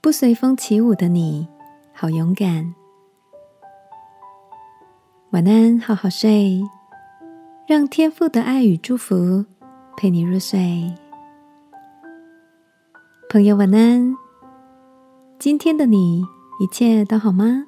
不随风起舞的你，好勇敢。晚安，好好睡，让天父的爱与祝福陪你入睡。朋友晚安，今天的你一切都好吗？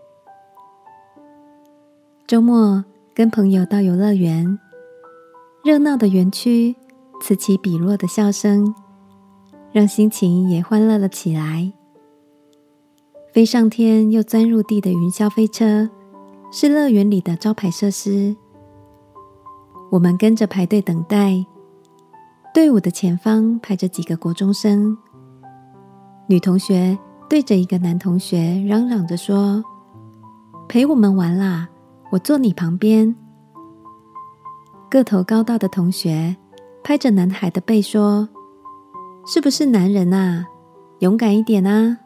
周末跟朋友到游乐园，热闹的园区，此起彼落的笑声，让心情也欢乐了起来。飞上天又钻入地的云霄飞车，是乐园里的招牌设施。我们跟着排队等待，队伍的前方排着几个国中生。女同学对着一个男同学嚷嚷着说：“陪我们玩啦，我坐你旁边。”个头高大的同学拍着男孩的背说：“是不是男人啊？勇敢一点啊！”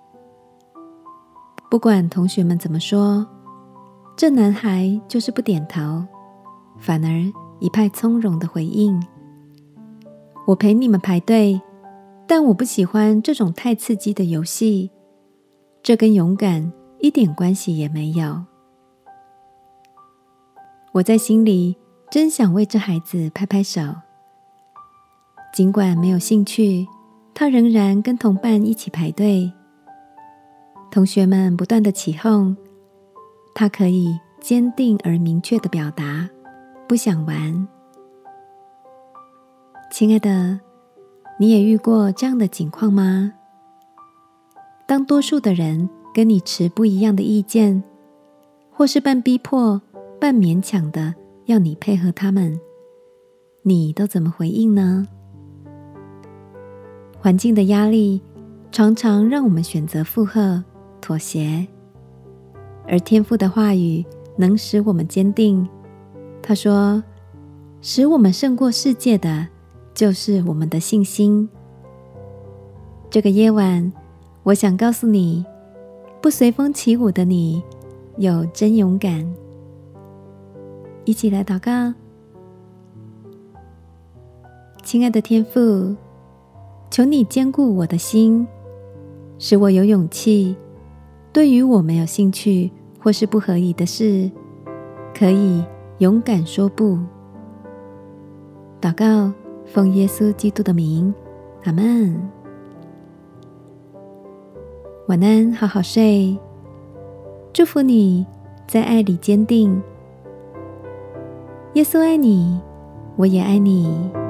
不管同学们怎么说，这男孩就是不点头，反而一派从容的回应：“我陪你们排队，但我不喜欢这种太刺激的游戏，这跟勇敢一点关系也没有。”我在心里真想为这孩子拍拍手，尽管没有兴趣，他仍然跟同伴一起排队。同学们不断的起哄，他可以坚定而明确地表达不想玩。亲爱的，你也遇过这样的情况吗？当多数的人跟你持不一样的意见，或是半逼迫半勉强的要你配合他们，你都怎么回应呢？环境的压力常常让我们选择附和妥协，而天父的话语能使我们坚定。他说，使我们胜过世界的就是我们的信心。这个夜晚，我想告诉你，不随风起舞的你有真勇敢。一起来祷告。亲爱的天父，求你坚固我的心，使我有勇气，对于我没有兴趣或是不合宜的事，可以勇敢说不。祷告，奉耶稣基督的名，阿们。晚安，好好睡。祝福你在爱里坚定。耶稣爱你，我也爱你。